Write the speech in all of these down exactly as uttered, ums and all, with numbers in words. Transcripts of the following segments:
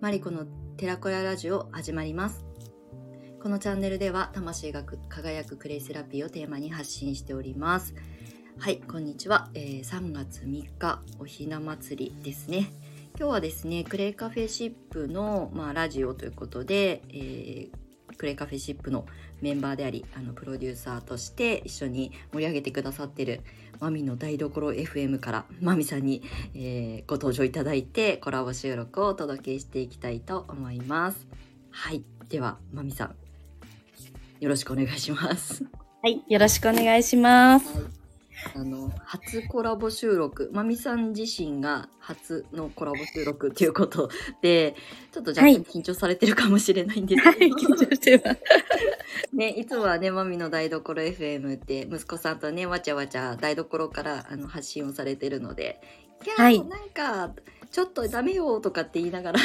マリコの寺子屋ラジオ始まります。このチャンネルでは魂が輝くクレイセラピーをテーマに発信しております。はい、こんにちは、えー、さんがつみっかおひな祭りですね。今日はですねクレイカフェシップの、まあ、ラジオということで、えー、クレイカフェシップのメンバーでありあのプロデューサーとして一緒に盛り上げてくださっているマミの台所 エフエム からマミさんに、えー、ご登場いただいてコラボ収録をお届けしていきたいと思います。はい、ではマミさんよろしくお願いします。 はい、よろしくお願いします。 はい、あの初コラボ収録、マミさん自身が初のコラボ収録ということでちょっと若干緊張されてるかもしれないんですけど、はい、緊張してますね、いつもはねマミの台所 エフエム って息子さんとねわちゃわちゃ台所からあの発信をされてるので、いや、はい、なんかちょっとダメよとかって言いながら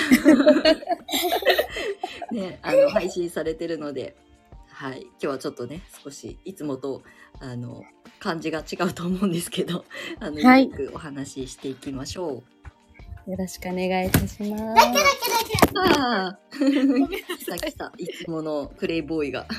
ねあの配信されてるので、はい、今日はちょっとね少しいつもとあの感じが違うと思うんですけど、あの、はい、よくお話ししていきましょう。よろしくお願いいたします。 ああ来た来た、いつものクレイボーイが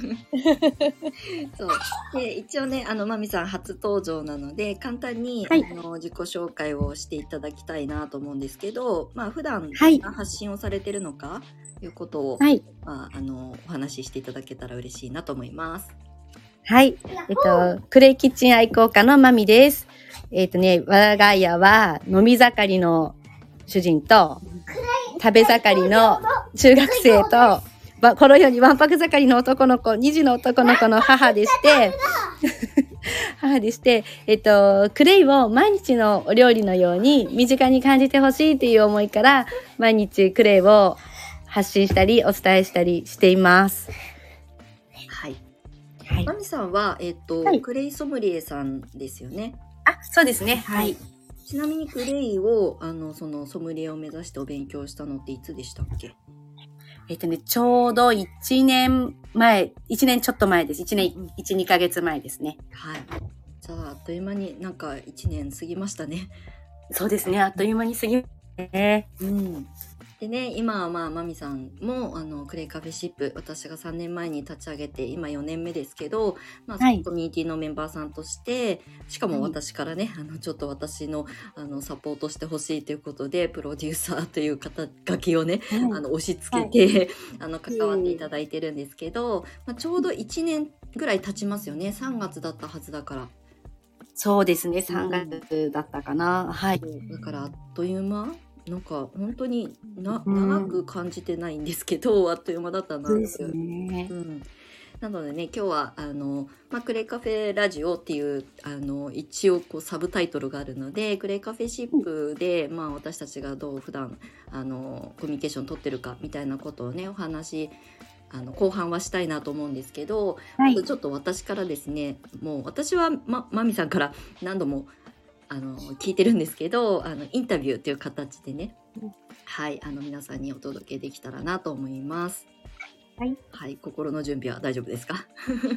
そうで一応ねあのマミさん初登場なので簡単に、はい、あの自己紹介をしていただきたいなと思うんですけど、まあ普段どんな発信をされてるのかということを、はい、まあ、あのお話ししていただけたら嬉しいなと思います。 はい。えっと、クレイキッチン愛好家のマミです。えっとね、我が家は飲み盛りの主人と、食べ盛りの中学生と、このようにわんぱく盛りの男の子、二児の男の子の母でして、母でして、えっと、クレイを毎日のお料理のように身近に感じてほしいという思いから、毎日クレイを発信したり、お伝えしたりしています。 はい。はい、マミさんは、えっと、はい、クレイソムリエさんですよね。 あ、そうですね。はい。 ちなみにクレイを、あの、そのソムリエを目指してお勉強したのっていつでしたっけ？ えっとね、ちょうどいちねんまえ、いちねんちょっと前です。いちねん、いち、にかげつまえですね。 はい。じゃあ、あっという間になんかいちねん過ぎましたね。 そうですね。あっという間に過ぎましたね。 うん。でね、今はまあマミさんもあのクレイカフェシップ、私がさんねんまえに立ち上げて今よねんめですけど、まあ、はい、コミュニティのメンバーさんとしてしかも私からね、はい、あのちょっと私のあのサポートしてほしいということでプロデューサーという肩書きをね、はい、あの押し付けて、はい、あの関わっていただいてるんですけど、まあ、ちょうどいちねんぐらい経ちますよね。さんがつだったはずだから。 そうですね、さんがつだったかな、うん、はい。 だからあっという間なんか本当にな長く感じてないんですけど、うん、あっという間だったなっていう。 ですね。 うん、なのでね今日はあの、まあ、クレイカフェラジオっていうあの一応こうサブタイトルがあるのでクレイカフェシップで、うんまあ、私たちがどう普段あのコミュニケーション取ってるかみたいなことをねお話あの後半はしたいなと思うんですけど、はい、まずちょっと私からですねもう私はまマミさんから何度もあの聞いてるんですけどあのインタビューという形でね、うん、はいあの皆さんにお届けできたらなと思います。はい、はい、心の準備は大丈夫ですか？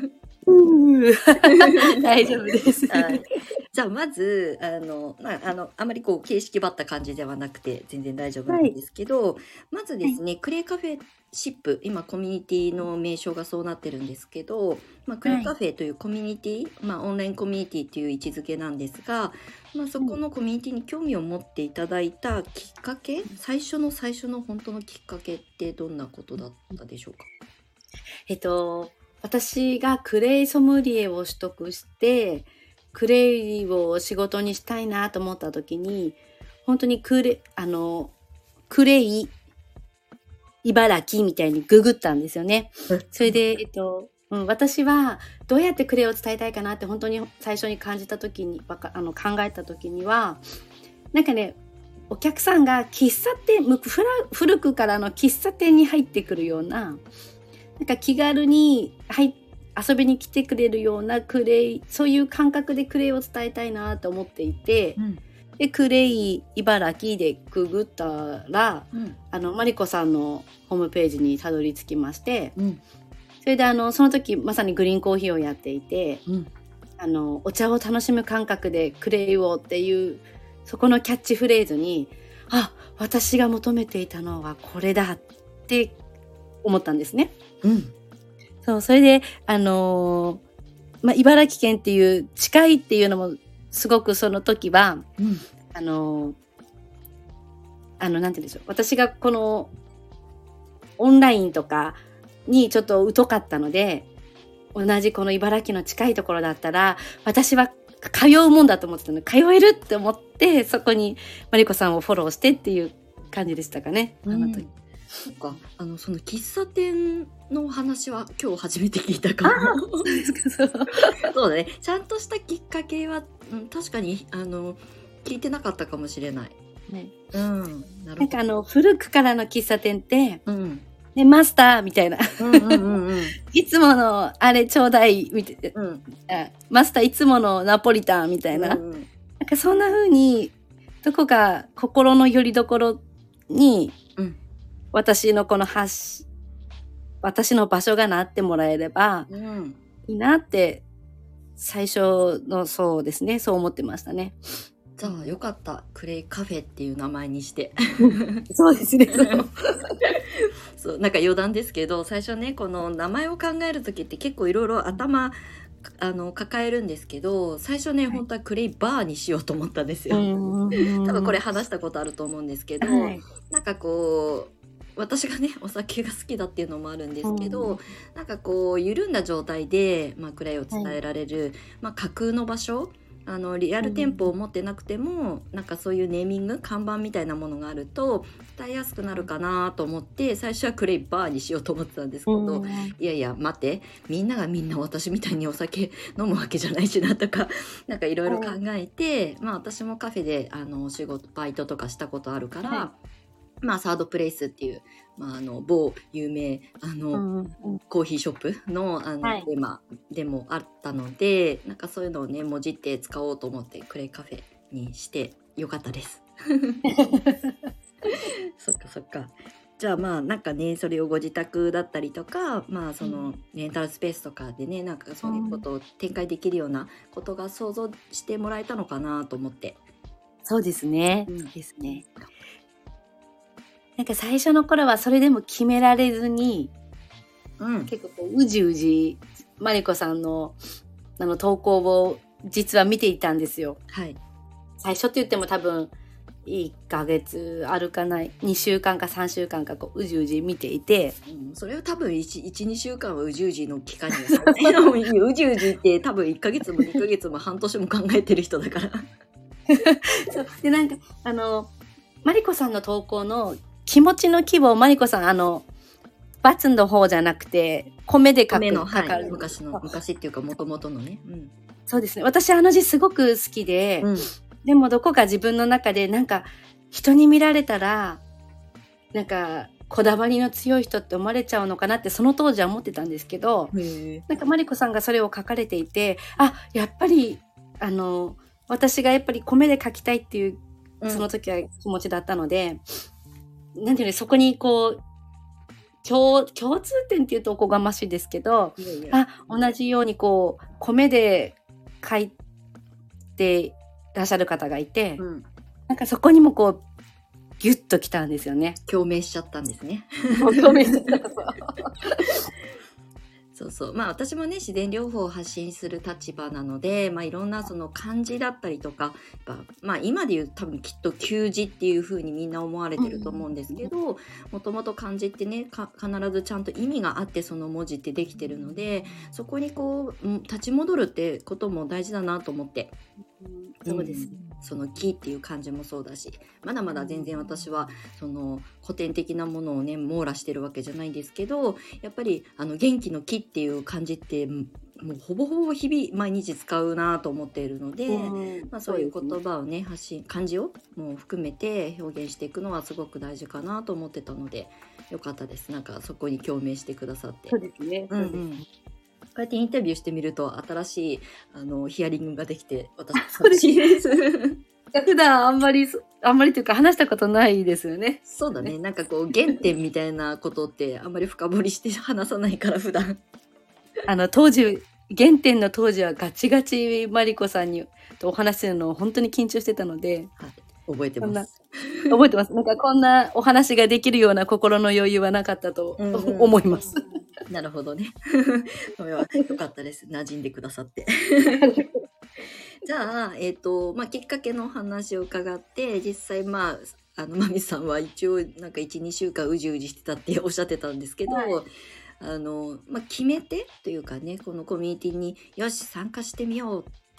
大丈夫です。 はい、じゃあまずあの、まあ、あのあまりこう形式ばった感じではなくて全然大丈夫なんですけど、はい、まずですね、はい、クレイカフェシップ今コミュニティの名称がそうなってるんですけど、まあ、クレイカフェというコミュニティ、はいまあ、オンラインコミュニティという位置づけなんですが、まあ、そこのコミュニティに興味を持っていただいたきっかけ、最初の最初の本当のきっかけってどんなことだったでしょうか？ えっと私がクレイソムリエを取得してクレイを仕事にしたいなと思った時に本当にクレあのクレイ茨城みたいにググったんですよね。それで、えっとうん、私はどうやってクレイを伝えたいかなって本当に最初に感じた時にあの考えた時にはなんかねお客さんが喫茶店古くからの喫茶店に入ってくるようななんか気軽に、はい、遊びに来てくれるようなクレイそういう感覚でクレイを伝えたいなと思っていて、うん、でクレイ茨城でググったら、うん、あのマリコさんのホームページにたどり着きまして、うん、それであのその時まさにグリーンコーヒーをやっていて、うん、あのお茶を楽しむ感覚でクレイをっていうそこのキャッチフレーズにあ、私が求めていたのはこれだって思ったんですね。 うん。 そう、それで、あのーまあ、茨城県っていう近いっていうのもすごくその時は、 うん。 あのーあの、なんて言うんでしょう。私がこのオンラインとかにちょっと疎かったので、同じこの茨城の近いところだったら、私は通うもんだと思ってたので、通えるって思って、そこにマリコさんをフォローしてっていう感じでしたかね。あの時。 そっか、あのその喫茶店のお話は今日初めて聞いたかも。 そうですか、そう。 そうだね。ちゃんとしたきっかけは、うん、確かにあの聞いてなかったかもしれない。 ね、 うん。なるほなんど。 かあの古くからの喫茶店って、 うん。 ね、マスターみたいな。 うんうんうんうん。 いつものあれちょうだいみたいな、 うん。 あマスターいつものナポリタンみたいな。 うんうん。 なんかそんな風にどこか心の拠り所にうん。 私のこの発し私の場所がなってもらえればうん。 いいなって最初のそうですね、そう思ってましたね。 じゃあよかった。クレイカフェっていう名前にして。 そうですね。 そう、なんか余談ですけど、最初ね、この名前を考える時って結構いろいろ頭あの抱えるんですけど、最初ね、 はい本当はクレイバーにしようと思ったんですよ。 うん多分これ話したことあると思うんですけど、 はいなんかこう私がねお酒が好きだっていうのもあるんですけど、 うんなんかこう緩んだ状態で、まあ、クレイを伝えられる、まあ、架空の場所、あのリアル店舗を持ってなくても、なんかそういうネーミング看板みたいなものがあると伝えやすくなるかなと思って最初はクレイバーにしようと思ってたんですけど、 うんいやいや待って、みんながみんな私みたいにお酒飲むわけじゃないしなとかなんかいろいろ考えて、まあ私もカフェであの仕事バイトとかしたことあるから、 はまあサードプレイスっていう、まあ、あの某有名あの、 うんうんコーヒーショップのあの、 はいテーマでもあったので、なんかそういうのをねもじって使おうと思ってクレイカフェにしてよかったです。そっかそっか。じゃあまあなんかねそれをご自宅だったりとか、まあそのレンタルスペースとかでねなんかそういうことを展開できるようなことが想像してもらえたのかなと思って。 そうですね。 うんそうですね。なんか最初の頃はそれでも決められずに、 うん。 結構こううじうじマリコさんのあの投稿を実は見ていたんですよ。 はい。 最初って言っても多分いっかげつあるかないにしゅうかんかさんしゅうかんかこううじうじ見ていて、 うん、それは多分いち、にしゅうかんはうじうじの期間にはされない。うじうじって多分いっかげつもにかげつも半年も考えてる人だから。 そうでなんかあのマリコさんの投稿の気持ちの規模をマリコさんあのバツの方じゃなくて米で書く米の、はい、 書かれる昔の昔っていうか元々のね。うん。 そうですね。私あの字すごく好きで、 うん。 でもどこか自分の中でなんか人に見られたらなんかこだわりの強い人って思われちゃうのかなってその当時は思ってたんですけど、 へえ。 なんかマリコさんがそれを書かれていて、あ、やっぱりあの私がやっぱり米で書きたいっていううんその時は気持ちだったので、なんていうのそこにこう共共通点っていうとおこがましいですけど、 いやいや。 あ、同じようにこう米で書いてらっしゃる方がいて、 うん。 なんかそこにもこうギュッときたんですよね。 共鳴しちゃったんですね。 共鳴しちゃったそうそう、まあ私もね自然療法を発信する立場なので、まあ、いろんなその漢字だったりとかやっぱ、まあ、今で言う多分きっと旧字っていう風にみんな思われてると思うんですけど、もともと漢字ってねか必ずちゃんと意味があってその文字ってできてるので、そこにこううん立ち戻るってことも大事だなと思って。 そうです、 んその木っていう漢字もそうだし、まだまだ全然私はその古典的なものをね網羅してるわけじゃないんですけど、やっぱりあの元気の木っていう漢字ってもうほぼほぼ日々毎日使うなと思っているので、 うんまあ、そういう言葉をね発信漢字をもう含めて表現していくのはすごく大事かなと思ってたのでよかったです。なんかそこに共鳴してくださって。 そうですね。 うんうんこうやってインタビューしてみると新しいあのヒアリングができて私そうです楽しいです。 普段あんまりあんまりというか話したことないですよね。 そうだね。なんかこう原点みたいなことってあんまり深掘りして話さないから普段。 あの当時原点の当時はガチガチマリコさんにとお話しするのを本当に緊張してたので、 はい、 覚えてまそんな、 す。 覚えてます。なんかこんなお話ができるような心の余裕はなかったとうんうん思います。 なるほどね。それは良かったです。馴染んでくださって。じゃあ、えっ、と、まあ、きっかけのお話を伺って、実際、まあ、あの、まみさんは一応、なんかいち、にしゅうかんうじうじしてたっておっしゃってたんですけど、 はいあの、まあ、決め手というかね、このコミュニティによし参加してみようって、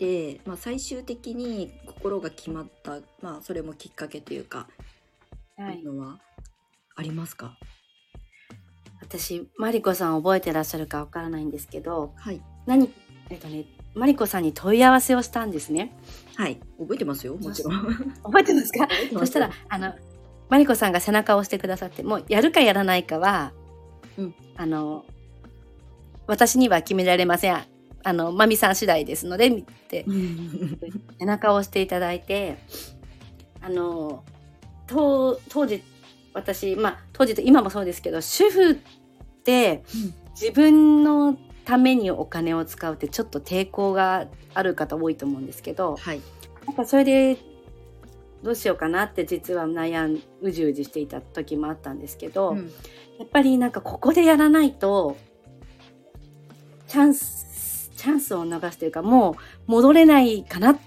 まあ、最終的に心が決まった、まあ、それもきっかけというか、 はいいうのはありますか？ 私、マリコさん覚えてらっしゃるかわからないんですけど、 はい。 何、えっとね、マリコさんに問い合わせをしたんですね。 はい。覚えてますよ、もちろん。 覚えてますか？ 覚えてますよそしたら、あの、マリコさんが背中を押してくださって、もうやるかやらないかは、 うんあの、私には決められません。あの、マミさん次第ですので、って背中を押していただいて、あの、当当時、私、まあ、当時と今もそうですけど、主婦って自分のためにお金を使うってちょっと抵抗がある方多いと思うんですけど、 はい。 なんかそれでどうしようかなって実は悩んうじうじしていた時もあったんですけど、 うんやっぱりなんかここでやらないとチャンスチャンスを逃すというか、もう戻れないかなって、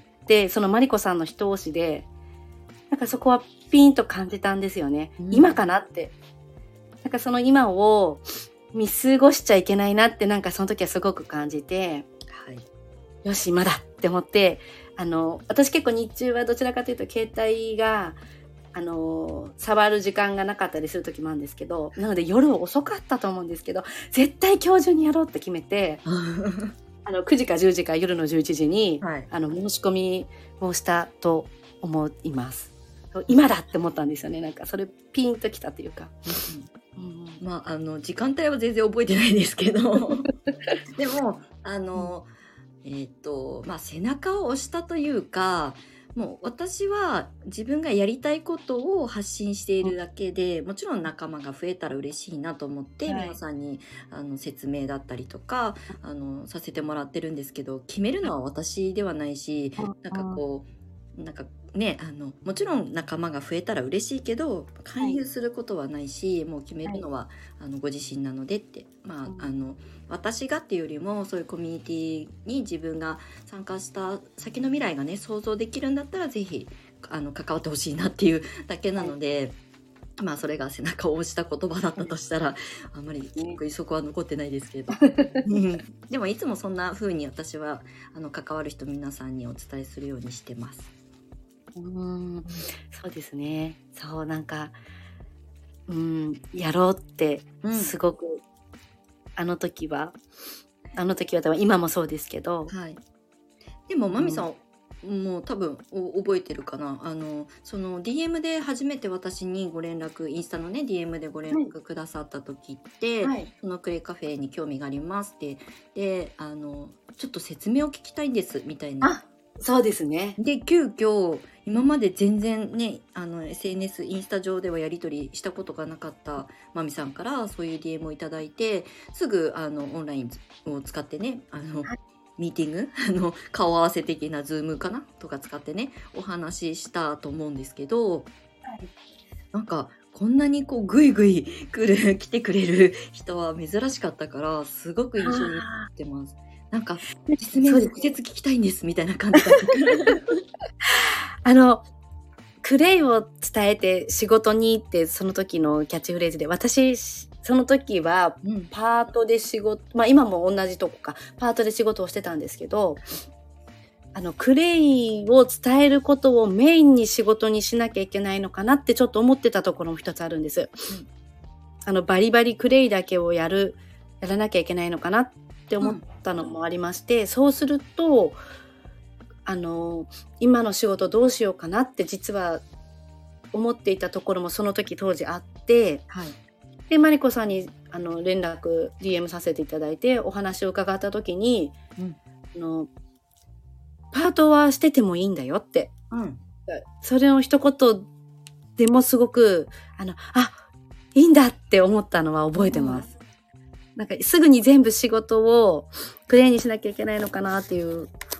そのマリコさんの一押しでなんかそこはピンと感じたんですよね、 うん今かなって。なんかその今を見過ごしちゃいけないなって、なんかその時はすごく感じて、 はい。 よし今だって思って、あの私結構日中はどちらかというと携帯があの触る時間がなかったりする時もあるんですけど、なので夜遅かったと思うんですけど、絶対今日中にやろうって決めて、あのくじかじゅうじか夜のじゅういちじに、 はい。 あの申し込みをしたと思います。今だって思ったんですよね。なんかそれピンときたというか、うんまあ、あの時間帯は全然覚えてないですけどでもあの、えっ、とまあ背中を押したというか、もう私は自分がやりたいことを発信しているだけで、もちろん仲間が増えたら嬉しいなと思って、 はい皆さんにあの説明だったりとかあのさせてもらってるんですけど、決めるのは私ではないし、なんかこうなんかね、あのもちろん仲間が増えたら嬉しいけど勧誘することはないし、もう決めるのは、あのご自身なのでって、まあ、 うんあの私がっていうよりもそういうコミュニティに自分が参加した先の未来がね想像できるんだったらぜひあの関わってほしいなっていうだけなので、まあそれが背中を押した言葉だったとしたらあんまり結構そこは残ってないですけれどうんでもいつもそんな風に私はあの関わる人皆さんにお伝えするようにしてます。 うーんそうですね。そうなんか、うんやろうってうんすごく、あの時はあの時は多分今もそうですけど、 はい、でもマミさん、もう多分お覚えてるかな、あのその ディーエム で初めて私にご連絡、インスタのね ディーエム でご連絡くださった時って、 はいそのクレイカフェに興味がありますってで、あのちょっと説明を聞きたいんですみたいな。 あそうですね。 で急遽今まで全然ねあの エスエヌエス インスタ上ではやり取りしたことがなかったマミさんからそういう ディーエム をいただいて、すぐあのオンラインを使ってね、あの、 はいミーティングあの顔合わせ的なズームかなとか使ってねお話ししたと思うんですけど、 はいなんかこんなにこうグイグイ来る来てくれる人は珍しかったからすごく印象に残ってます。なんか実名そうです直接聞きたいんですみたいな感じだったあのクレイを伝えて仕事にってその時のキャッチフレーズで、私その時はうんパートで仕事、まあ今も同じとこかパートで仕事をしてたんですけど、あのクレイを伝えることをメインに仕事にしなきゃいけないのかなってちょっと思ってたところも一つあるんです、 うんあのバリバリクレイだけをやるやらなきゃいけないのかなって思ったのもありまして、そうするとあの今の仕事どうしようかなって実は思っていたところもその時当時あって、 はいでマリコさんにあの連絡 ディーエム させていただいてお話を伺った時に、 うんあのパートはしててもいいんだよって、 うんそれを一言でもすごくあのあいいんだって思ったのは覚えてます、うん、なんかすぐに全部仕事をクレイにしなきゃいけないのかなっていう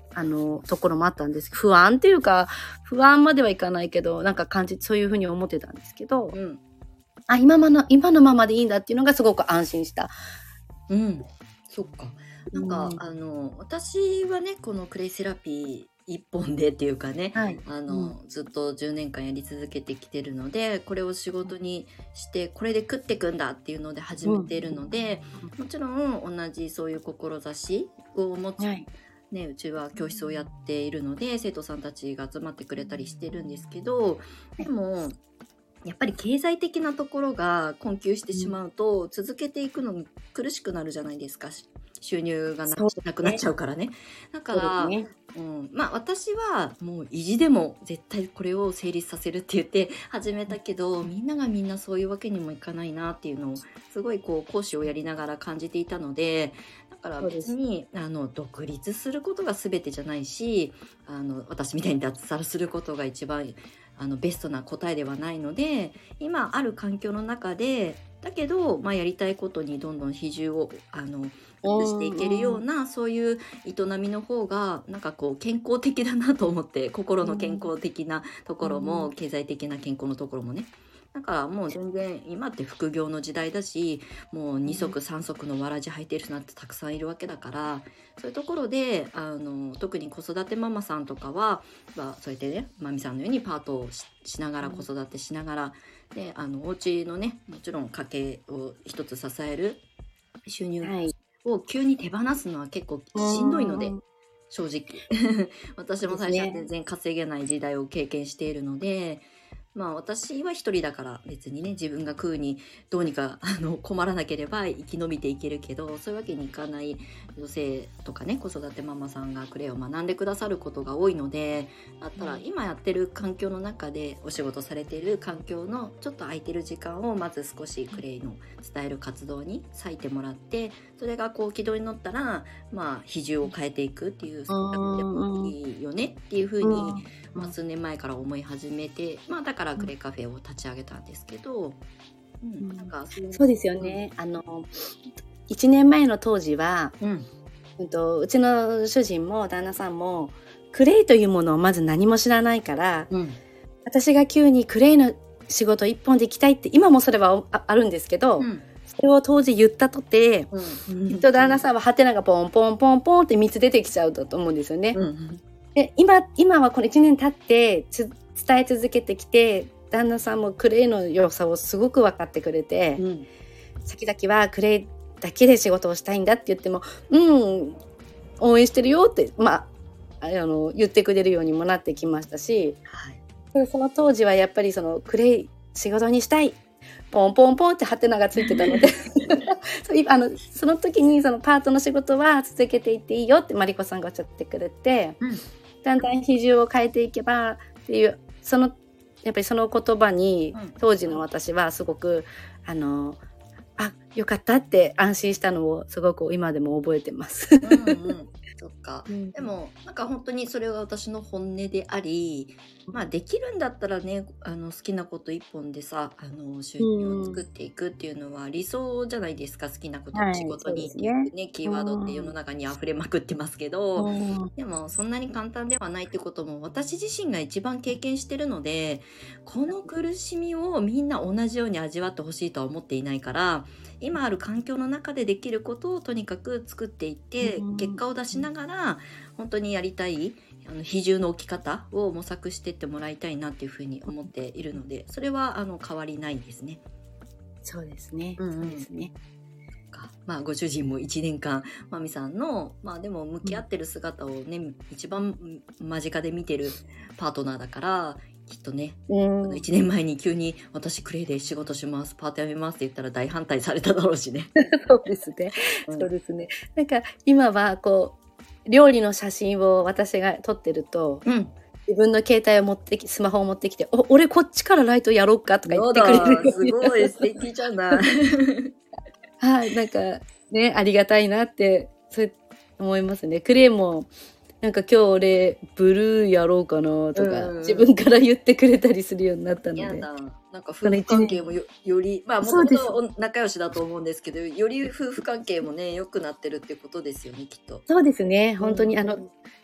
あの、ところもあったんです。不安っていうか、不安まではいかないけど、なんか感じ、そういうふうに思ってたんですけど、 うん。 あ、今まの、今のままでいいんだっていうのがすごく安心した。 うん。そっか。なんか、 うん、 あの、私はね、このクレイセラピー一本でっていうかね、 はい。 あうん。 の、ずっとじゅうねんかんやり続けてきてるので、これを仕事にして、これで食ってくんだっていうので始うん。 めているので、もちろん同じそういう志を持つ、 はい。 ね、うちは教室をやっているので、生徒さんたちが集まってくれたりしてるんですけど、でも、やっぱり経済的なところが困窮してしまうと、続けていくのに苦しくなるじゃないですか。し収入がなそうなくなっね。 ちゃうからね。だかそうですら、 ね。 うん、まあ私はもう意地でも絶対これを成立させるって言って始めたけど、みんながみんなそういうわけにもいかないなっていうのをすごいこう講師をやりながら感じていたので、だからそうです。 別にあの独立することが全てじゃないし、あの私みたいに脱サラすることが一番あのベストな答えではないので、今ある環境の中でだけど、まあ、やりたいことにどんどん比重をあの移していけるようなそういう営みの方がなんかこう健康的だなと思って、心の健康的なところも経済的な健康のところもね。だからもう全然今って副業の時代だし、もう二足三足のわらじ履いてる人なんてたくさんいるわけだから、そういうところであの特に子育てママさんとかは、まあ、そうやってねまみさんのようにパートを し, しながら子育てしながらで、あのお家のねもちろん家計を一つ支える収入はい。 を急に手放すのは結構しんどいので、正直私も最初は全然稼げない時代を経験しているので、まあ私は一人だから別にね自分が食うにどうにかあの困らなければ生き延びていけるけど、そういうわけにいかない女性とかね子育てママさんがクレイを学んでくださることが多いので、だったら今やってる環境の中でお仕事されている環境のちょっと空いてる時間をまず少しクレイの伝える活動に割いてもらって、それがこう軌道に乗ったらまあ比重を変えていくっていう選択でもいいよねっていうふうに、まあ、数年前から思い始めて、まあ、だからクレイカフェを立ち上げたんですけど、うん、なんかそういう、 そうですよね。あの、いちねんまえの当時は、 うんうんと、うちの主人も旦那さんも、クレイというものをまず何も知らないから、 うん、 私が急にクレイの仕事一本で行きたいって、今もそれは あ, あるんですけど、うん、それを当時言ったとて、うん、きっと旦那さんはハテナがポンポンポンポンってみっつ出てきちゃうと思うんですよね。うん、で 今, 今はこのいちねん経って伝え続けてきて、旦那さんもクレイの良さをすごく分かってくれて、うん、先々はクレイだけで仕事をしたいんだって言っても、うん応援してるよって、まあ、あの言ってくれるようにもなってきましたし、はい、その当時はやっぱりそのクレイ仕事にしたいポンポンポンってハテナがついてたのであのその時にそのパートの仕事は続けていっていいよってマリコさんがおっしゃってくれて、うん、だんだん比重を変えていけばっていう、そのやっぱりその言葉に当時の私はすごくあのあよかったって安心したのをすごく今でも覚えてますうん、 うんそっか、うん、でもなんか本当にそれが私の本音であり、まあできるんだったらねあの好きなこと一本でさあの収入を作っていくっていうのは理想じゃないですか。好きなことを仕事にっていうね、はい、ねキーワードって世の中に溢れまくってますけど、うん、でもそんなに簡単ではないってことも私自身が一番経験してるので、この苦しみをみんな同じように味わってほしいとは思っていないから、今ある環境の中でできることをとにかく作っていって結果を出しながら本当にやりたいあの比重の置き方を模索していってもらいたいなっていうふうに思っているので、それはあの変わりないですね。 そうですね、うんうん、そうですね。 まあ、ご主人もいちねんかんまみさんの、まあ、でも向き合ってる姿をね、うん、一番間近で見てるパートナーだからきっとね、うん、いちねんまえに急に私クレイで仕事しますパートやめますって言ったら大反対されただろうしねそうですね、うん、そうですね。なんか今はこう料理の写真を私が撮ってると、うん、自分の携帯を持ってきスマホを持ってきてお俺こっちからライトやろうかとか言ってくれる。 すごい素敵じゃないはい、なんかねありがたいなってそう思いますね。クレイもなんか今日俺ブルーやろうかなとか、うん、自分から言ってくれたりするようになったので。 やだなんか夫婦関係も よ, よりまあもともと仲良しだと思うんですけど、より夫婦関係もね良くなってるってことですよねきっと。 そうですね本当に、うん、あの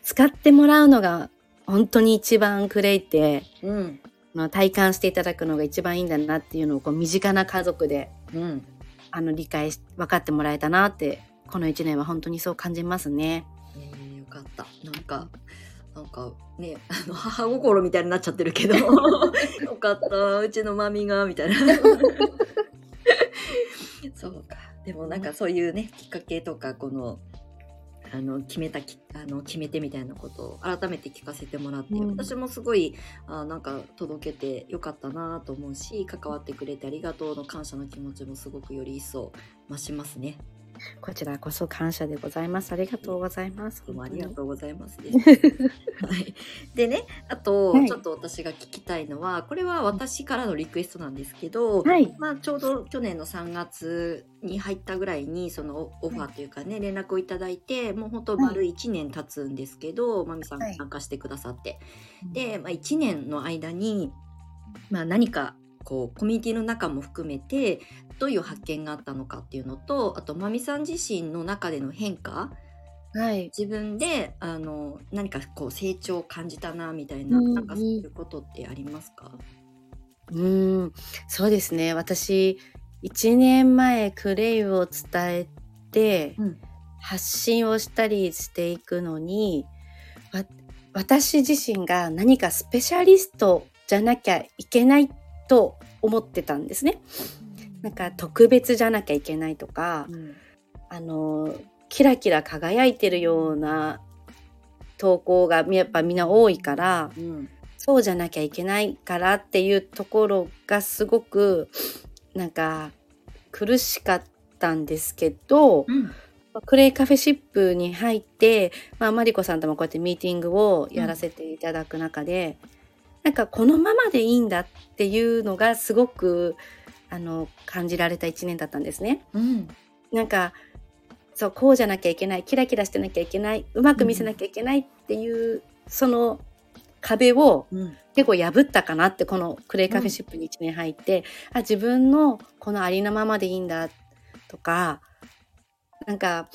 使ってもらうのが本当に一番クレイって、 うん、 まあ、体感していただくのが一番いいんだなっていうのをこう身近な家族で、 うん、 あの理解し分かってもらえたなってこのいちねんは本当にそう感じますね。 えー、よかった。なんかなんかね、あの母心みたいになっちゃってるけどよかったうちのマミがみたいなそうか。でもなんかそういうねきっかけとかこのあの決めたきあの決め手みたいなことを改めて聞かせてもらって、 うん私もすごいあなんか届けてよかったなと思うし、関わってくれてありがとうの感謝の気持ちもすごくより一層増しますね。 こちらこそ感謝でございます。ありがとうございます。 どうもありがとう。 うございますです。はい、でね、あと、 はいちょっと私が聞きたいのは、これは私からのリクエストなんですけど、 はい。 まあ、ちょうど去年のさんがつに入ったぐらいにそのオオファーというかね、連絡をいただいて、もう本当丸いちねん経つんですけど、まみさんはい参加してくださって、で、まあ、いちねんの間に、まあ、何かこうコミュニティの中も含めてどういう発見があったのかっていうのと、あとまみさん自身の中での変化、 はい。 自分であの何かこう成長を感じたなみたいな、 うんなんかそういうことってありますか？ うーん、そうですね。私、いちねんまえクレイを伝えて、 うん発信をしたりしていくのに、わ私自身が何かスペシャリストじゃなきゃいけないと思ってたんですね。なんか特別じゃなきゃいけないとか、 うんあの、キラキラ輝いてるような投稿がやっぱみんな多いから、 うんそうじゃなきゃいけないからっていうところがすごくなんか苦しかったんですけど、 うんクレイカフェシップに入って、まあ、マリコさんともこうやってミーティングをやらせていただく中で、なんかこのままでいいんだっていうのがすごくあの感じられたいちねんだったんですね。 うんなんかそうこうじゃなきゃいけない、キラキラしてなきゃいけない、うまく見せなきゃいけないっていう、その壁をうん結構破ったかなって、このクレイカフェシップにいちねん入って、あ自分のこのありのままでいいんだとか、なんか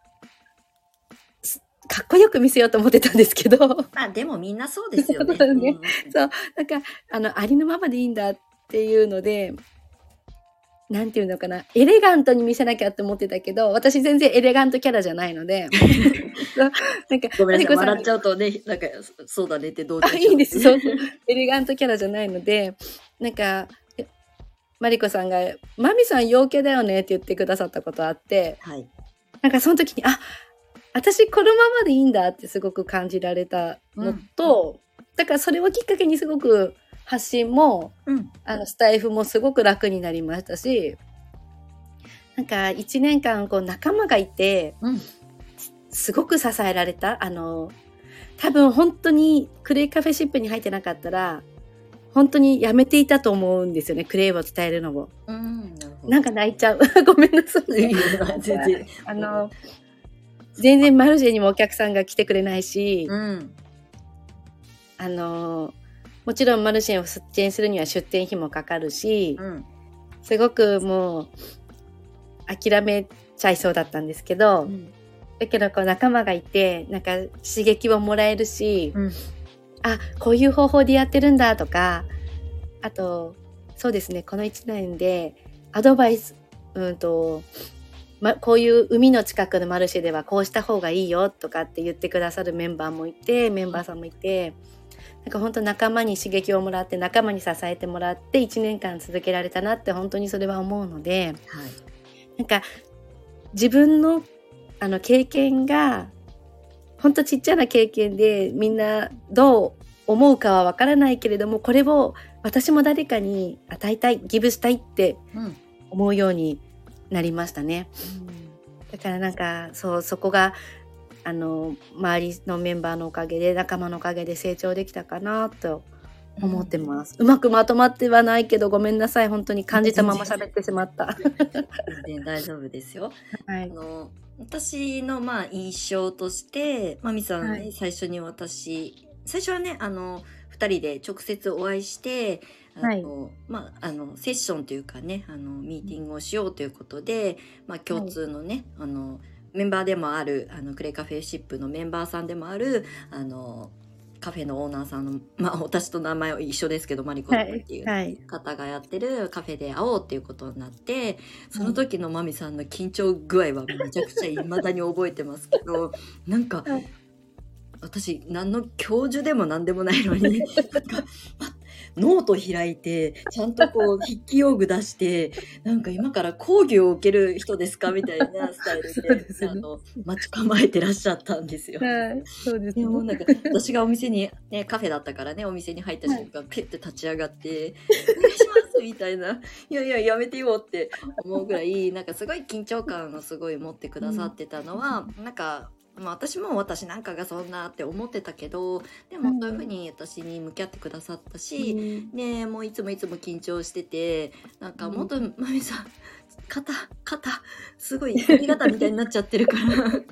すかっこよく見せようと思ってたんですけどまあでもみんなそうですよね。 そうねうんそうなんかあのありのままでいいんだっていうので、なんていうのかな、エレガントに見せなきゃって思ってたけど、私全然エレガントキャラじゃないのでそうなんかごめんなさい、 マリコさん笑っちゃうとね、なんかそそうだねってどうあいいんですそうそうエレガントキャラじゃないので、なんかえマリコさんが「マミさん陽キャだよね」って言ってくださったことあって、 はい。 なんかその時にあ私このままでいいんだってすごく感じられたのと、だからそれをきっかけにすごく発信もうんあのスタイフもすごく楽になりましたし、なんかいちねんかんこう仲間がいてうんすごく支えられた。あの多分本当にクレイカフェシップに入ってなかったら本当にやめていたと思うんですよね、クレイを伝えるのを。 うんなるほど。 なんか泣いちゃうごめんなさいいやいや全然あの全然マルシェにもお客さんが来てくれないし、 うんあのもちろんマルシェを出店するには出店費もかかるし、 うんすごくもう諦めちゃいそうだったんですけど、 うんだけどこう仲間がいてなんか刺激をもらえるし、 うんあこういう方法でやってるんだとか、あとそうですね、このいちねんでアドバイス、うんとま、こういう海の近くのマルシェではこうした方がいいよとかって言ってくださるメンバーもいて、メンバーさんもいて、なんか本当仲間に刺激をもらって仲間に支えてもらっていちねんかん続けられたなって本当にそれは思うので、 はいなんか自分のあの経験が本当ちっちゃな経験でみんなどう思うかはわからないけれども、これを私も誰かに与えたい、ギブしたいってうん思うようになりましたね。だからなんかそうそこがあの周りのメンバーのおかげで、仲間のおかげで成長できたかなと思ってます、うん、うまくまとまってはないけどごめんなさい、本当に感じたまま喋ってしまった全然大丈夫ですよ。 はい、 あの私のまあ印象としてまみさんね、はい、最初に私最初はねあのふたりで直接お会いしてあの、はい、まあ、あのセッションというかねあのミーティングをしようということで、まあ、共通のね、はい、あのメンバーでもあるあのクレイカフェシップのメンバーさんでもあるあのカフェのオーナーさんの、まあ私と名前は一緒ですけどマリコさんっていうはい。 方がやってるカフェで会おうっていうことになって、その時のマミさんの緊張具合はめちゃくちゃ未だに覚えてますけど、なんかはい私何の教授でも何でもないのになんかノート開いてちゃんとこう筆記用具出してなんか今から講義を受ける人ですかみたいなスタイルそうでですねあの待ち構えてらっしゃったんですよ。 はい。そうですね。 でもなんか私がお店に、ね、カフェだったからねお店に入った瞬間、ペッて立ち上がって「お願いします」みたいな「いやいややめてよ」って思うぐらいなんかすごい緊張感をすごい持ってくださってたのは、なんか、まあ、私も私なんかがそんなって思ってたけどでもそういうふうに私に向き合ってくださったし、 うんね、もういつもいつも緊張しててなんかもっとまみさん肩肩すごい髪型みたいになっちゃってるから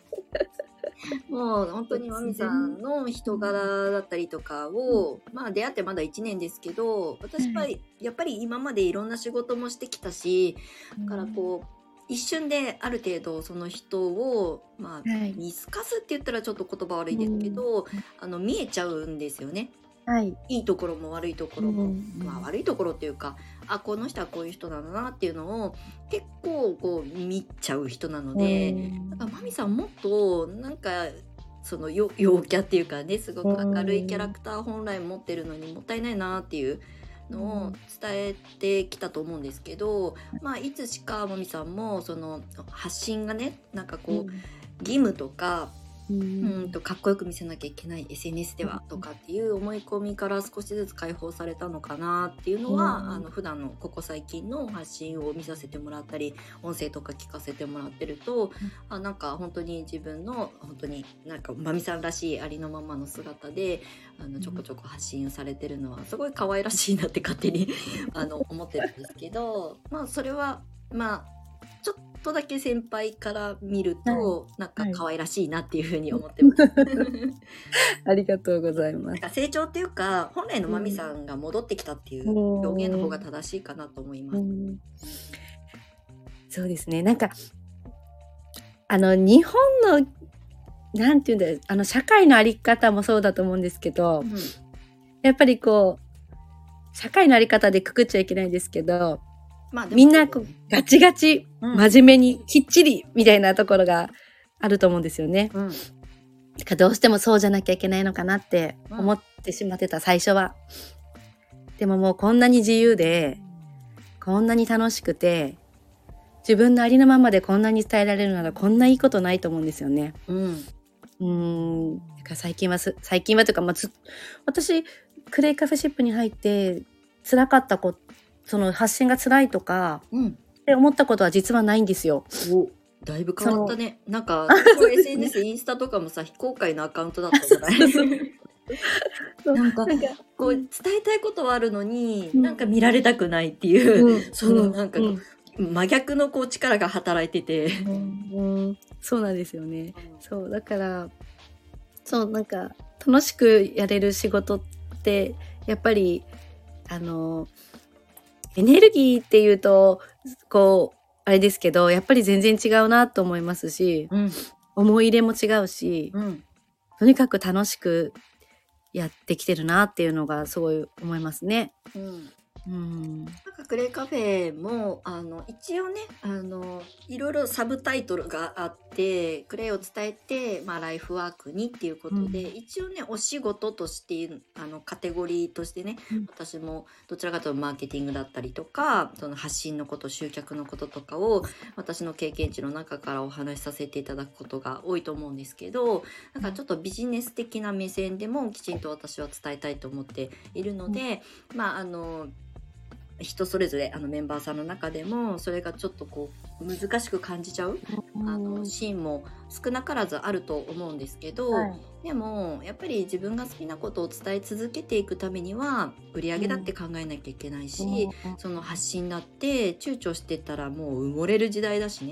もう本当にまみさんの人柄だったりとかを、まあ出会ってまだいちねんですけど私はやっぱり今までいろんな仕事もしてきたしだからこう一瞬である程度その人を、まあ、 はい見透かすって言ったらちょっと言葉悪いですけど、あの見えちゃうんですよね。 はい。 いいところも悪いところも、 うんまあ、悪いところっていうかあこの人はこういう人なんだなっていうのを結構こう見ちゃう人なので、だからマミさんもっとなんかそのよ陽キャっていうかねすごく明るいキャラクター本来持ってるのにもったいないなっていうのを伝えてきたと思うんですけど、まあ、いつしかマミさんもその発信がねなんかこう義務とかうんうんとかっこよく見せなきゃいけない エスエヌエス ではとかっていう思い込みから少しずつ解放されたのかなっていうのは、 うんあの普段のここ最近の発信を見させてもらったり音声とか聞かせてもらってると、あなんか本当に自分の本当になんかまみさんらしいありのままの姿であのちょこちょこ発信されてるのはすごい可愛らしいなって勝手にあの思ってるんですけど、まあそれはまあちょっとだけ先輩から見ると、なんか可愛らしいなっていうふうに思ってます。 ありがとうございます。 なんか成長っていうか本来のマミさんが戻ってきたっていう表現の方が正しいかなと思います。 うんそうですね。なんかあの日本のなんていうんだろうあの社会のあり方もそうだと思うんですけど、 うんやっぱりこう社会のあり方でくくっちゃいけないですけど、 まあでもみんなこうガチガチ、 うん真面目にきっちりみたいなところがあると思うんですよね。 うんだからどうしてもそうじゃなきゃいけないのかなって思ってしまってた最初は。でももうこんなに自由でこんなに楽しくて自分のありのままでこんなに伝えられるならこんないいことないと思うんですよね。 うんうーん。だから最近はす最近はというか、まあ、つ私クレイカフェシップに入って辛かったことその発信が辛いとかうんって思ったことは実はないんですよ。 おだいぶ変わったね。なんかこう エスエヌエス インスタとかもさ非公開のアカウントだったじゃないなんかなんかこう伝えたいことはあるのに、 うんなんか見られたくないっていう、 うんそのなんか、 うん真逆のこう力が働いてて、 うんそうなんですよね。そうだからそうなんか楽しくやれる仕事ってやっぱりあのエネルギーっていうとこうあれですけどやっぱり全然違うなと思いますし、 うん思い入れも違うし、 うんとにかく楽しくやってきてるなっていうのがすごい思いますね。 うんうん、 なんかクレイカフェもあの一応ねあのいろいろサブタイトルがあってクレイを伝えて、まあ、ライフワークにっていうことで、 うん一応ねお仕事としてあのカテゴリーとしてね、 うん私もどちらかというとマーケティングだったりとかその発信のこと集客のこととかを私の経験値の中からお話しさせていただくことが多いと思うんですけどなんかちょっとビジネス的な目線でもきちんと私は伝えたいと思っているので、まああの人それぞれあのメンバーさんの中でもそれがちょっとこう難しく感じちゃうあのシーンも少なからずあると思うんですけど、 はいでもやっぱり自分が好きなことを伝え続けていくためには売り上げだって考えなきゃいけないし、その発信だって躊躇してたらもう埋もれる時代だしね。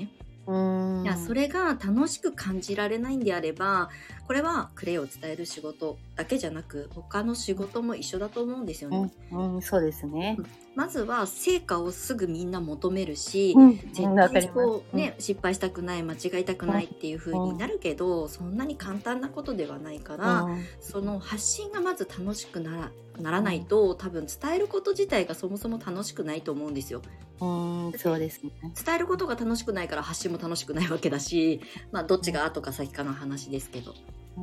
うーん。 いや、それが楽しく感じられないんであれば、これはクレイを伝える仕事だけじゃなく、他の仕事も一緒だと思うんですよね。 うん、うん、そうですね。 まずは成果をすぐみんな求めるし、 うん、 絶うん、わか対ります。 こううん。 ね、失敗したくない、間違いたくないっていう風になるけど、そんなに簡単なことではないかうら、 ん。 その発信がまず楽しくならならないと、多分伝えること自体がそもそも楽しくないと思うんですよ。 うん、うん、そうですね。 伝えることが楽しくないから発信も楽しくないわけだし、まあどっちが後か先かの話ですけど。 うん、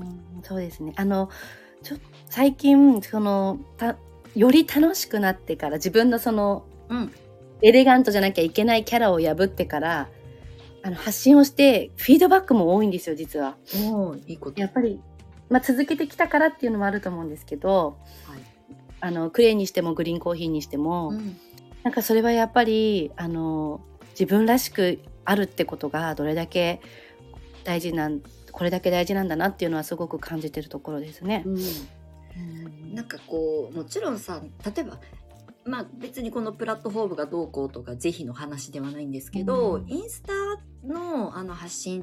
そうですね。あの、ちょ最近、その、たより楽しくなってから、自分のその、 うん。 エレガントじゃなきゃいけないキャラを破ってから、あの、発信をして、フィードバックも多いんですよ、実は。 おー、いいこと。 やっぱり、まあ、続けてきたからっていうのもあると思うんですけど、 はい。 あの、クレイにしてもグリーンコーヒーにしても、 うん。 なんかそれはやっぱり、あの、自分らしくあるってことがどれだけ大事なん、これだけ大事なんだなっていうのはすごく感じてるところですね。 うん。 うんなんかこうもちろんさ、例えばまあ別にこのプラットフォームがどうこうとか是非の話ではないんですけど、 うんインスタのあの発信って、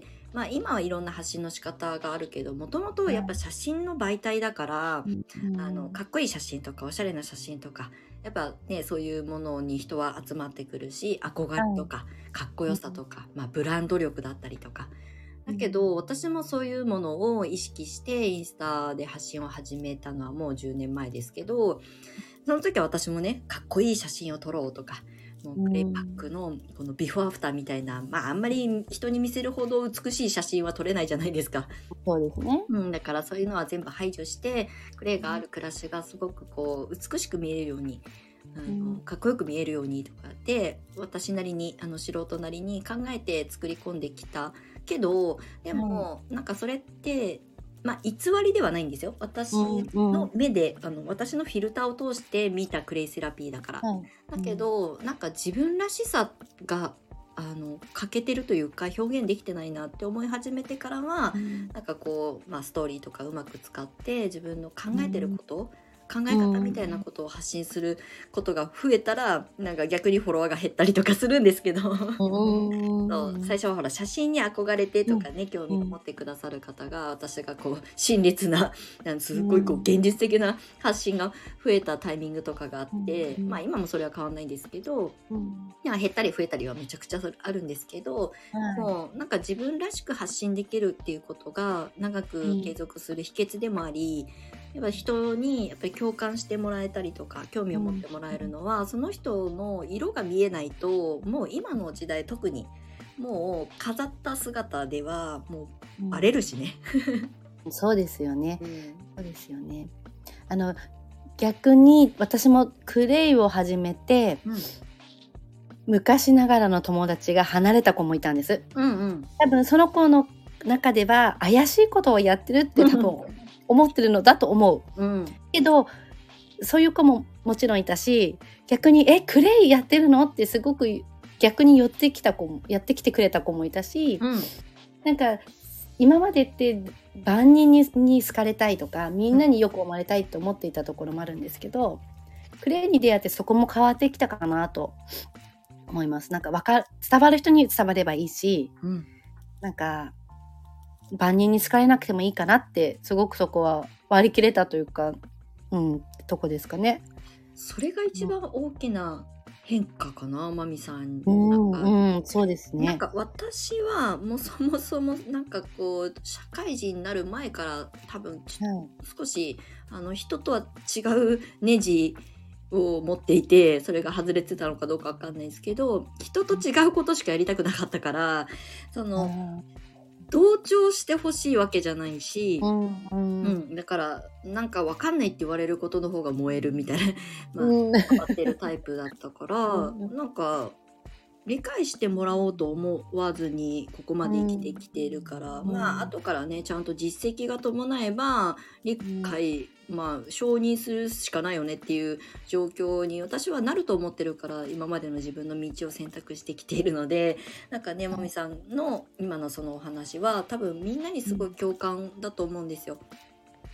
まあ、今はいろんな発信の仕方があるけど、もともとやっぱ写真の媒体だから、 うんあのかっこいい写真とかおしゃれな写真とかやっぱね、そういうものに人は集まってくるし、憧れとかかっこよさとか、まあ、ブランド力だったりとか。だけど私もそういうものを意識してインスタで発信を始めたのはもうじゅうねんまえですけど、その時は私もね、かっこいい写真を撮ろうとか、もうクレイパックのこのビフォーアフターみたいな、まああんまり人に見せるほど美しい写真は撮れないじゃないですか。 そうですね。 うん、だからそういうのは全部排除して、クレイがある暮らしがすごくこう美しく見えるように、あのうんかっこよく見えるようにとかで私なりにあの素人なりに考えて作り込んできたけど、でも、なんかそれってまあ偽りではないんですよ。私の目で、あの私のフィルターを通して見たクレイセラピーだから。 はい。 だけど、なんか自分らしさがあの欠けてるというか表現できてないなって思い始めてからは、 うんなんかこう、まあ、ストーリーとかうまく使って自分の考えてること、考え方みたいなことを発信することが増えたら、なんか逆にフォロワーが減ったりとかするんですけどそう最初はほら写真に憧れてとかね、興味を持ってくださる方が、私がこう真烈ななんすごいこう現実的な発信が増えたタイミングとかがあって、 うんまあ今もそれは変わんないんですけど、 うんいや減ったり増えたりはめちゃくちゃあるんですけど、 はいもうなんか自分らしく発信できるっていうことが長く継続する秘訣でもあり、やっぱ人にやっぱり共感してもらえたりとか興味を持ってもらえるのは、その人の色が見えないと、もう今の時代特にもう飾った姿ではもうバレるしね。 そうですよね。 うんそうですよね。あの逆に私もクレイを始めて、 うん昔ながらの友達が離れた子もいたんです。 うんうん多分その子の中では怪しいことをやってるって多分思ってるのだと思う。 うんけどそういう子ももちろんいたし、逆に「えクレイやってるの?」ってすごく逆に寄ってきた子もやってきてくれた子もいたし、 うんなんか今までって万人にに好かれたいとかみんなによく思われたいと思っていたところもあるんですけど、クレイに出会ってそこも変わってきたかなと思います。なんかわか伝わる人に伝わればいいし、 うんなんか万人に好かれなくてもいいかなってすごくそこは割り切れたというか、うんとこですかね。 それが一番大きな変化かな、まみさん。 うんなんか、 うんそうですね。 なんか私はもうそもそもなんかこう社会人になる前から多分ちはい少しあの人とは違うネジを持っていて、それが外れてたのかどうかわかんないですけど、人と違うことしかやりたくなかったから、その同調してほしいわけじゃないし、 うんうんううんん、だからなんかわかんないって言われることの方が燃えるみたいな、まあ、 うん変わってるタイプだったからうんなんか理解してもらおうと思わずにここまで生きてきているから、 うんまあ後からねちゃんと実績が伴えば理解、まあ承認するしかないよねっていう状況に私はなると思ってるから、今までの自分の道を選択してきているので、なんかねもみさんの今のそのお話は多分みんなにすごい共感だと思うんですよ。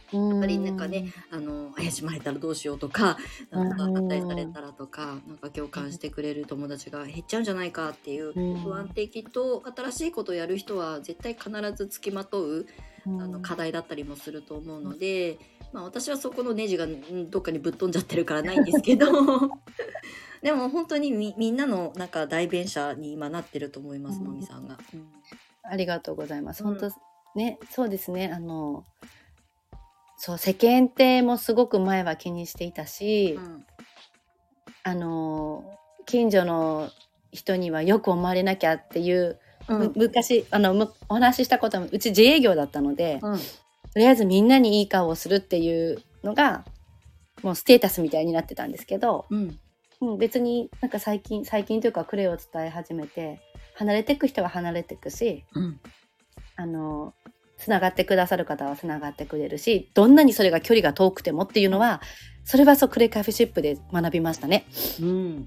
やっぱりなんかね、あの怪しまれたらどうしようとか、なんか反対されたらとか、なんか共感してくれる友達が減っちゃうんじゃないかっていう不安ってきっと新しいことをやる人は絶対必ずつきまとうあの課題だったりもすると思うので、まあ、私はそこのネジがどっかにぶっ飛んじゃってるからないんですけどでも本当に み, みんなのなんか代弁者に今なってると思います、まみさんが、うん、 ありがとうございます。 うん、 本当ね、そうですね。あのそう世間ってもすごく前は気にしていたし、うん、あの近所の人にはよく思われなきゃっていう、うん、昔あのお話ししたこともうち自営業だったので、うん、とりあえずみんなにいい顔をするっていうのがもうステータスみたいになってたんですけど、うんうん、別になんか最近最近というかクレイを伝え始めて離れていく人は離れていくし、うん、あのつながってくださる方はつながってくれるし、どんなにそれが距離が遠くてもっていうのは、それはそうクレイカフェシップで学びましたね、うん、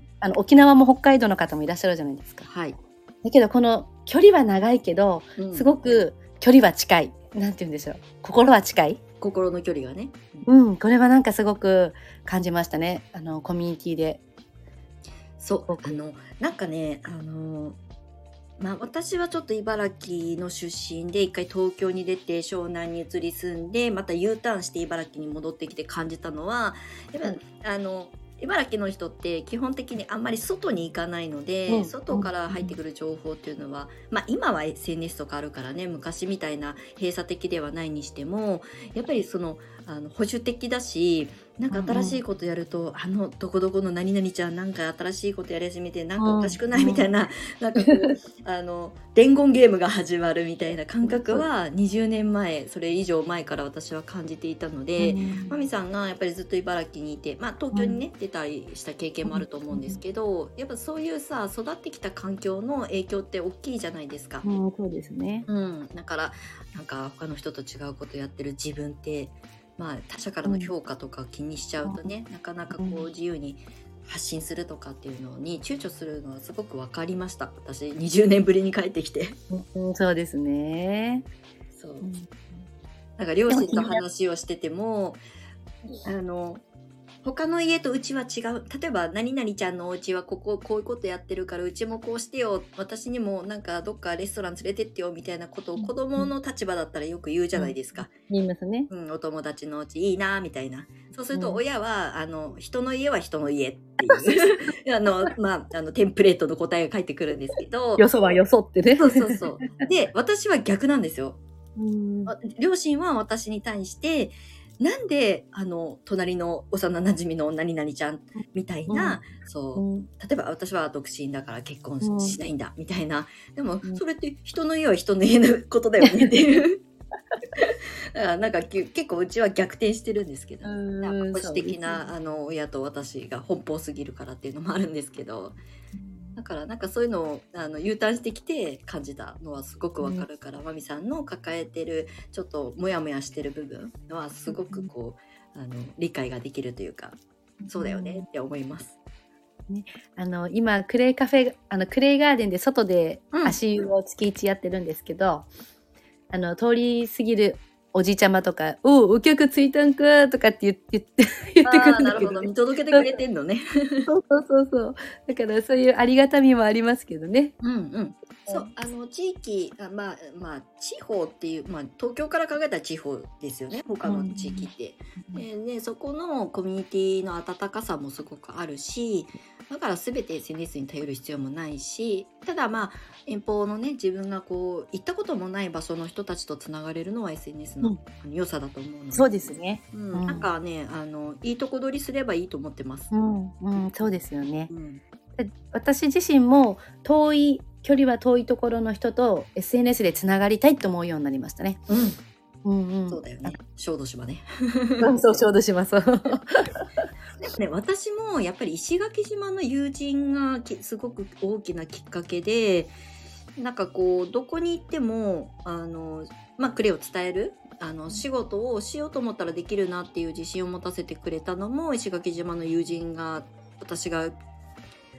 あの沖縄も北海道の方もいらっしゃるじゃないですか、はい、だけどこの距離は長いけど、うん、すごく距離は近い、なんて言うんでしょう、心は近い、 心の距離がね、 うん、これはなんかすごく感じましたね、あのコミュニティで。 そうあのなんかねあのまあ、私はちょっと茨城の出身で一回東京に出て湘南に移り住んでまた U ターンして茨城に戻ってきて感じたのはやっぱ、うん、あの茨城の人って基本的にあんまり外に行かないので、うん、外から入ってくる情報っていうのは、まあ、今は エスエヌエス とかあるからね昔みたいな閉鎖的ではないにしてもやっぱりそのあの保守的だし、なんか新しいことやると、うんうん、あのどこどこの何々ちゃんなんか新しいことやり始めてなんかおかしくない、うん、みたいな、なんかこうあの伝言ゲームが始まるみたいな感覚はにじゅうねんまえそれ以上前から私は感じていたので、うん、まみさんがやっぱりずっと茨城にいて、まあ、東京にね、うん、出たりした経験もあると思うんですけど、やっぱそういうさ育ってきた環境の影響って大きいじゃないですか、 うん、そうですね、 うん、だからなんか他の人と違うことやってる自分ってまあ、他者からの評価とか気にしちゃうとね、うん、なかなかこう自由に発信するとかっていうのに躊躇するのはすごく分かりました。私にじゅうねんぶりに帰ってきて、 うん、そうですね。 そう、うん、なんか両親と話をしててもあの他の家とうちは違う、例えば何々ちゃんのお家はこここういうことやってるからうちもこうしてよ、私にもなんかどっかレストラン連れてってよみたいなことを子供の立場だったらよく言うじゃないですか、 うん、言いますね、 うん、お友達のお家いいなみたいな。そうすると親は、うん、あの人の家は人の家っていうあの、まあ、あのテンプレートの答えが返ってくるんですけど、 よそはよそってね、 そうそうそうで私は逆なんですよ、うん、両親は私に対してなんであの隣の幼馴染の何々ちゃんみたいな、うん、そう、うん、例えば私は独身だから結婚しないんだみたいな、でもそれって人の家は人の家のことだよねっていうだからなんか結構うちは逆転してるんですけど、保守的なあの親と私が奔放すぎるからっていうのもあるんですけど、だからなんかそういうのをあの U ターンしてきて感じたのはすごくわかるから、まみさんの抱えてるちょっとモヤモヤしてる部分はすごくこうあの理解ができるというか、そうだよねって思います。 ね、あの今クレイカフェあのクレイガーデンで外で足湯を月いちやってるんですけど、うん、あの通り過ぎるおじいちゃまとか、おお客ついたんかとかって言って言って言ってくるんだけど、ね、なるほど、 見届けてくれてんのねそうそうそうそう、だからそういうありがたみもありますけどね。 うんうん、そうあの地域あまあまあ地方っていう、まあ、東京から考えたら地方ですよね他の地域って、うんでね、そこのコミュニティの温かさもすごくあるし、だから全て エスエヌエス に頼る必要もないし、ただまあ遠方のね自分がこう行ったこともない場所の人たちとつながれるのは エスエヌエス の、うん、あの良さだと思うので、 そうですね、 うん、なんかねあのいいとこ取りすればいいと思ってます、 うんうん、そうですよね、うん、私自身も遠い距離は遠いところの人と エスエヌエス でつながりたいと思うようになりましたね、うんうんうん、そうだよね、 小豆島ねそう小豆島そうね、私もやっぱり石垣島の友人がすごく大きなきっかけで、なんかこうどこに行ってもあの、まあ、クレイを伝えるあの仕事をしようと思ったらできるなっていう自信を持たせてくれたのも石垣島の友人が、私が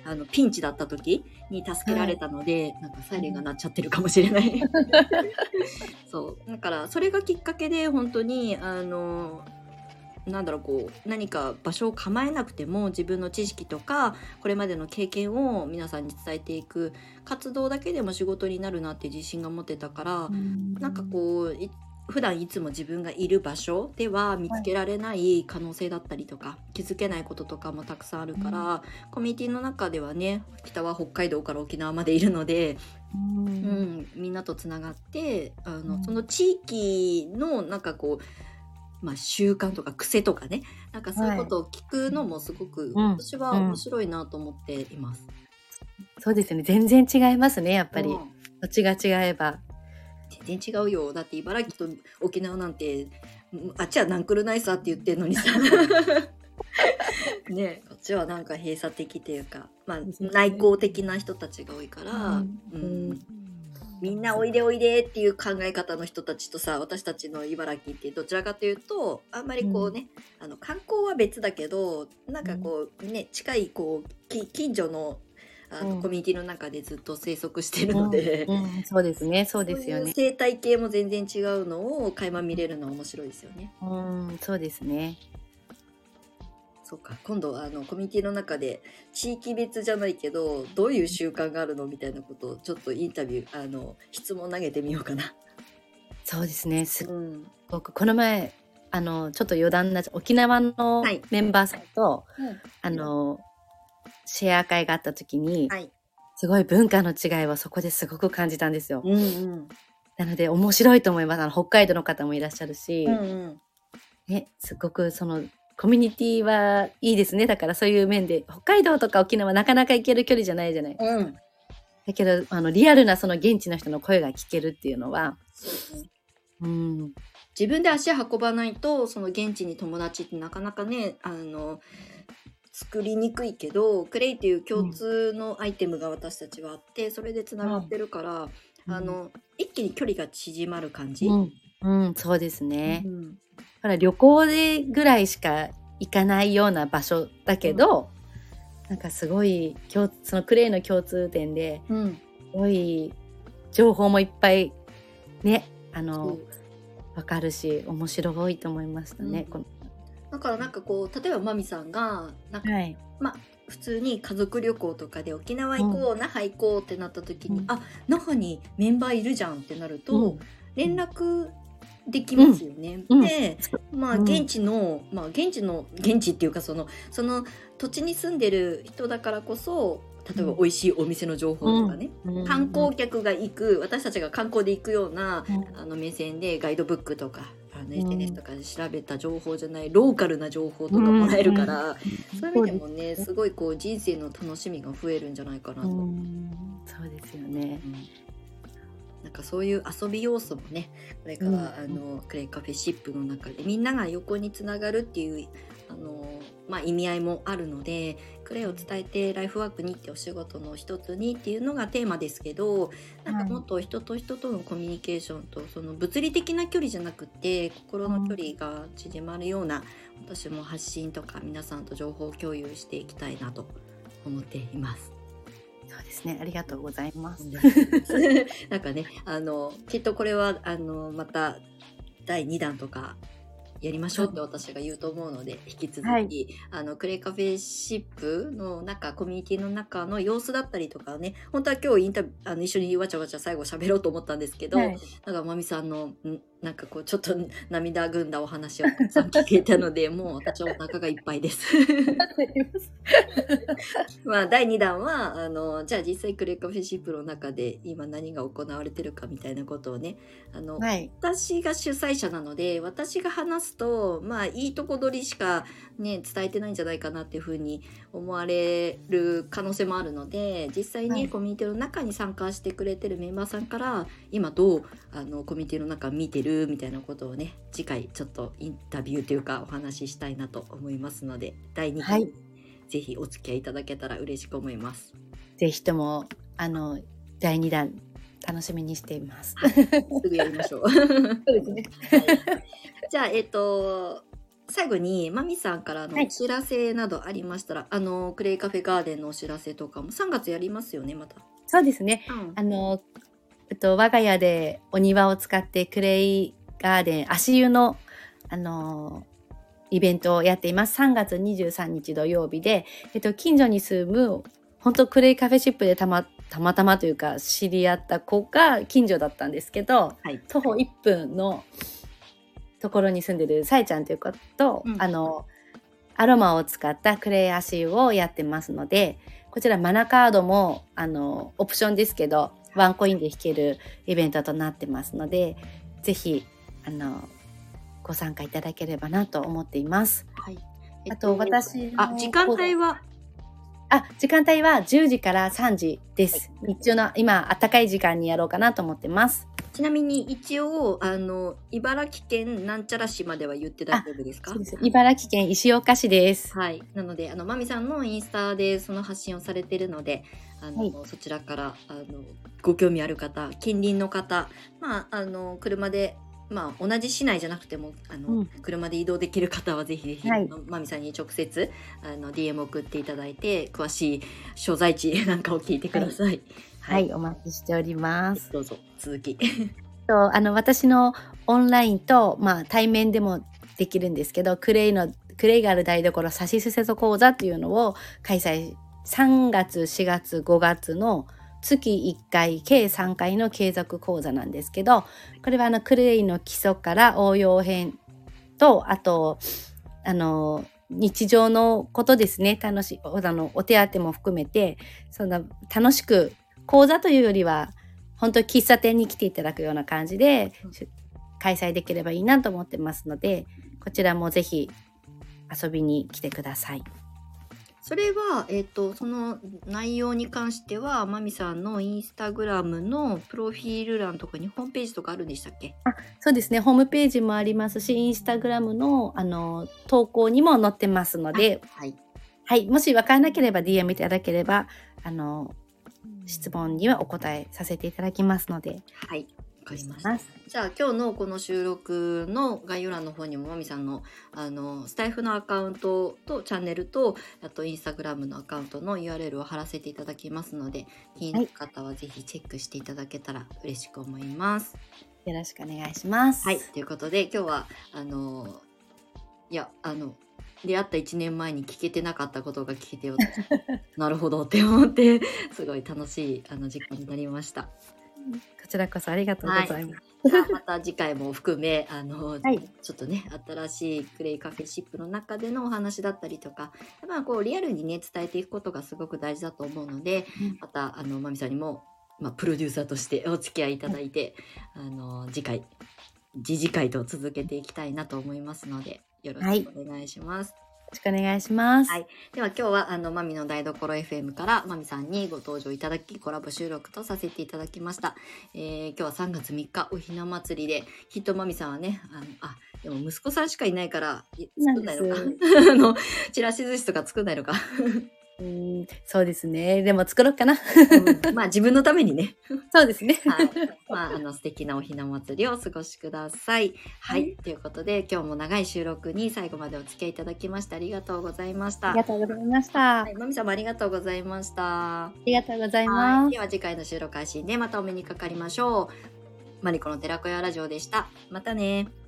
あのピンチだった時に助けられたので、はい、なんかサイレンが鳴っちゃってるかもしれないそうだからそれがきっかけで本当にあのなんだろうこう何か場所を構えなくても自分の知識とかこれまでの経験を皆さんに伝えていく活動だけでも仕事になるなって自信が持てたから、うん、なんかこう普段いつも自分がいる場所では見つけられない可能性だったりとか、はい、気づけないこととかもたくさんあるから、うん、コミュニティの中ではね北は北海道から沖縄までいるので、うんうん、みんなとつながってあの、うん、その地域のなんかこうまあ、習慣とか癖とかねなんかそういうことを聞くのもすごく、はい、私は面白いなと思っています、 うんうん、そうですね全然違いますねやっぱり、うん、土地が違えば全然違うよだって茨城と沖縄なんてあっちはなんくるないさって言ってるのにさねこっちはなんか閉鎖的っていうか、まあ、内向的な人たちが多いから、うんうんみんなおいでおいでっていう考え方の人たちとさ私たちの茨城ってどちらかというとあんまりこうね、うん、あの観光は別だけどなんかこうね近いこうき近所のあの、うん、コミュニティの中でずっと生息してるので、 うんうん、そうですねそうですよね。 そういう生態系も全然違うのを垣間見れるのは面白いですよね。 うんそうですね。 そうか今度あのコミュニティの中で地域別じゃないけどどういう習慣があるのみたいなことをちょっとインタビューあの質問投げてみようかな。 そうですねすごく、うん、この前あのちょっと余談な沖縄のメンバーさんと、はい、あのシェア会があった時に、はい、すごい文化の違いをそこですごく感じたんですよ、うんうん、なので面白いと思います。あの北海道の方もいらっしゃるし、うんうんね、すごくそのコミュニティはいいですね。だからそういう面で北海道とか沖縄なかなか行ける距離じゃないじゃない、うん、だけどあのリアルなその現地の人の声が聞けるっていうのは、 うん、自分で足運ばないとその現地に友達ってなかなかねあの作りにくいけどクレイっていう共通のアイテムが私たちはあってそれでつながってるから、うん、あの一気に距離が縮まる感じ、 うんうん、そうですね、うん、だから旅行でぐらいしか行かないような場所だけど、うん、なんかすごいそのクレイの共通点で、うん、すごい情報もいっぱいねあの分かるし面白いと思いましたね、うん、このだからなんかこう例えばマミさんがなんか、はい、まあ普通に家族旅行とかで沖縄行こう、うん、那覇行こうってなった時に、うん、あ那覇にメンバーいるじゃんってなると、うん、連絡できますよね、うん、で、まあ現地の、まあ現地の現地っていうかそのその土地に住んでる人だからこそ例えば美味しいお店の情報とかね、うん、観光客が行く私たちが観光で行くような、うん、あの目線でガイドブックとかあの エスエヌエス とかで調べた情報じゃないローカルな情報とかもらえるから、うん、そういう意味でもねすごいこう人生の楽しみが増えるんじゃないかなと、うん、 そうですよね、うん、 なんかそういう遊び要素もねこれから、うん、あのクレイカフェシップの中でみんなが横につながるっていうあの、まあ、意味合いもあるのでクレイを伝えてライフワークにってお仕事の一つにっていうのがテーマですけどなんかもっと人と人とのコミュニケーションとその物理的な距離じゃなくて心の距離が縮まるような私も発信とか皆さんと情報共有していきたいなと思っています。 そうですね、ありがとうございます。 なんかね、あのきっとこれはあのまただいにだんとかやりましょうって私が言うと思うので、はい、引き続き、はい、あのクレイカフェシップの中コミュニティの中の様子だったりとかね本当は今日インタビューあの一緒にわちゃわちゃ最後喋ろうと思ったんですけど、はい、なんかまみさんのんなんかこうちょっと涙ぐんだお話をたくさん聞けたのでもう私はお腹がいっぱいですまあだいにだんはあのじゃあ実際クレイカフェシップの中で今何が行われてるかみたいなことをねあの、はい、私が主催者なので私が話すとまあいいとこ取りしかね伝えてないんじゃないかなっていうふうに思われる可能性もあるので実際に、ねはい、コミュニティの中に参加してくれてるメンバーさんから今どうあのコミュニティの中見てるみたいなことをね次回ちょっとインタビューというかお話ししたいなと思いますのでだいにだん、はい、ぜひお付き合いいただけたら嬉しく思います。 ぜひともあのだいにだん楽しみにしています。 すぐやりましょう。そうですね。はい、じゃあえっ、ー、と最後にまみさんからのはいお知らせなどありましたら、あのクレイカフェガーデンのお知らせとかもさんがつやりますよね、また。 そうですね。 うんあの、えっと、我が家でお庭を使ってクレイガーデン足湯の、あの、イベントをやっています。さんがつにじゅうさんにち土曜日で、えっと、近所に住む、本当クレイカフェシップでたま、たまたまというか知り合った子が近所だったんですけど、 はい。 徒歩いっぷんのところに住んでるさえちゃんという子と、 うんあの、アロマを使ったクレイ足湯をやってますので、こちらマナカードも、あの、オプションですけど、ワンコインで引けるイベントとなってますので、ぜひ、あの、ご参加いただければなと思っています。 はい。 あと、私のあ、時間帯はあ、時間帯はじゅうじからさんじです。日中の今、暖かい時間にやろうかなと思ってます。 ちなみに一応あの茨城県なんちゃら市までは言って大丈夫ですか？ そうです。茨城県石岡市です。 はい。なのであのまみさんのインスタでその発信をされているので、あの、 はいそちらからあのご興味ある方、近隣の方、まああの車で。まあ、同じ市内じゃなくてもあの、 うん車で移動できる方はぜひぜひ、 はいあのまみさんに直接あの ディーエム 送っていただいて詳しい所在地なんかを聞いてください。 はい、お待ちしております。 どうぞ続き。 とあの私のオンラインと、まあ、対面でもできるんですけど、クレイのクレイがある台所さしすせそ講座っていうのを開催、さんがつしがつごがつの月いっかい計さんかいの継続講座なんですけど、これはあのクレイの基礎から応用編と、あとあの日常のことですね、楽しいあのお手当も含めて、そんな楽しく講座というよりは本当に喫茶店に来ていただくような感じで開催できればいいなと思ってますので、こちらもぜひ遊びに来てください。 それは、えっと、その内容に関してはまみさんのインスタグラムのプロフィール欄とかにホームページとかあるんでしたっけ？ そうですね、ホームページもありますし、インスタグラムのあの投稿にも載ってますので、 はい、 はい、もし分からなければ ディーエム いただければあの質問にはお答えさせていただきますので。 はい、わかりました。じゃあ今日のこの収録の概要欄の方にもまみさんのあのスタイフのアカウントとチャンネルと、あとインスタグラムのアカウントの ユーアールエル を貼らせていただきますので、気になる方はぜひチェックしていただけたら嬉しく思います。 よろしくお願いします。 はい、ということで今日はあのいやあの出会ったいちねんまえに聞けてなかったことが聞けてよなるほどって思ってすごい楽しいあの時間になりました。 こちらこそありがとうございます。 はい、また次回も含めあの、 はい、 ちょっとね新しいクレイカフェシップの中でのお話だったりとか、まあ、こうリアルにね伝えていくことがすごく大事だと思うので、うん、またあのまみさんにも、まあ、プロデューサーとしてお付き合いいただいて、はい、あの次回次次回と続けていきたいなと思いますのでよろしくお願いします。 はい、よろしくお願いします。 はい、では今日はあのマミの台所 エフエム からマミさんにご登場いただきコラボ収録とさせていただきました。えー、今日はさんがつみっかおひな祭りで、きっとマミさんはねあのあでも息子さんしかいないから作んないのかあのちらし寿司とか作んないのかうん、そうですね。でも作ろうかな。 うん、まあ自分のためにね。 そうですね。 はい。まああの素敵なおひな祭りをお過ごしください。はい。はい、ということで今日も長い収録に最後までお付き合いいただきましてありがとうございました。 ありがとうございました。 はい、まみさんもありがとうございました。 ありがとうございます。 では次回の収録配信でまたお目にかかりましょう。マリコの寺子屋ラジオでした。またね。